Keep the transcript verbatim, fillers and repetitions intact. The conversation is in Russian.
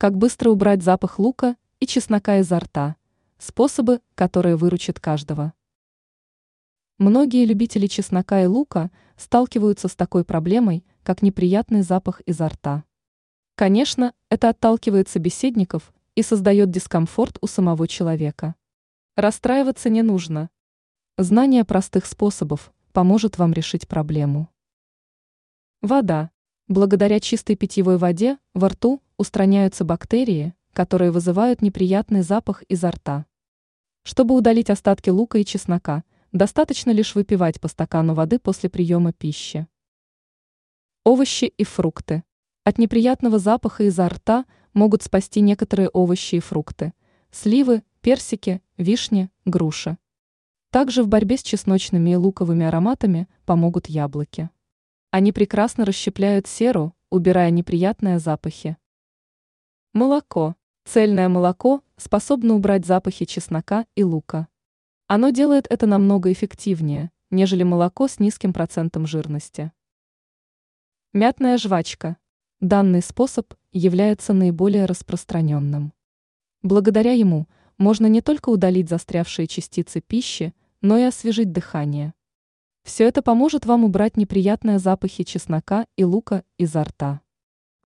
Как быстро убрать запах лука и чеснока изо рта? Способы, которые выручат каждого. Многие любители чеснока и лука сталкиваются с такой проблемой, как неприятный запах изо рта. Конечно, это отталкивает собеседников и создает дискомфорт у самого человека. Расстраиваться не нужно. Знание простых способов поможет вам решить проблему. Вода. Благодаря чистой питьевой воде во рту устраняются бактерии, которые вызывают неприятный запах изо рта. Чтобы удалить остатки лука и чеснока, достаточно лишь выпивать по стакану воды после приема пищи. Овощи и фрукты. От неприятного запаха изо рта могут спасти некоторые овощи и фрукты – сливы, персики, вишни, груши. Также в борьбе с чесночными и луковыми ароматами помогут яблоки. Они прекрасно расщепляют серу, убирая неприятные запахи. Молоко. Цельное молоко способно убрать запахи чеснока и лука. Оно делает это намного эффективнее, нежели молоко с низким процентом жирности. Мятная жвачка. Данный способ является наиболее распространенным. Благодаря ему можно не только удалить застрявшие частицы пищи, но и освежить дыхание. Все это поможет вам убрать неприятные запахи чеснока и лука изо рта.